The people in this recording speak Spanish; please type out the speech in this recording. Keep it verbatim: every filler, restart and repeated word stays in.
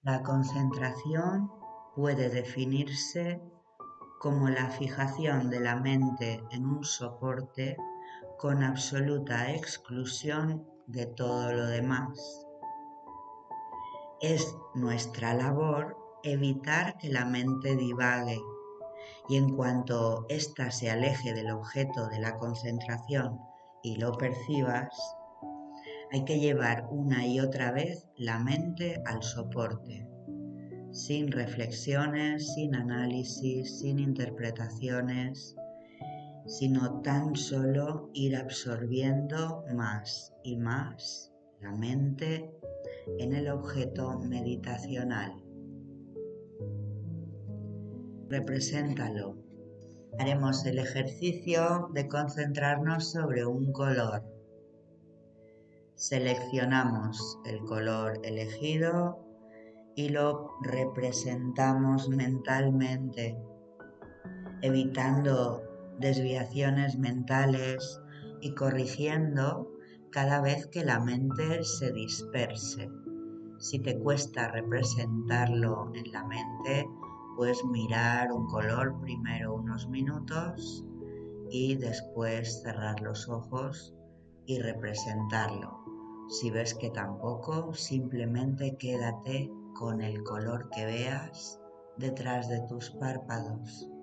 La concentración puede definirse como la fijación de la mente en un soporte con absoluta exclusión de todo lo demás. Es nuestra labor evitar que la mente divague y en cuanto ésta se aleje del objeto de la concentración y lo percibas, hay que llevar una y otra vez la mente al soporte, sin reflexiones, sin análisis, sin interpretaciones, sino tan solo ir absorbiendo más y más la mente en el objeto meditacional. Represéntalo. Haremos el ejercicio de concentrarnos sobre un color. Seleccionamos el color elegido y lo representamos mentalmente, evitando desviaciones mentales y corrigiendo cada vez que la mente se disperse. Si te cuesta representarlo en la mente, puedes mirar un color primero unos minutos y después cerrar los ojos y representarlo. Si ves que tampoco, simplemente quédate con el color que veas detrás de tus párpados.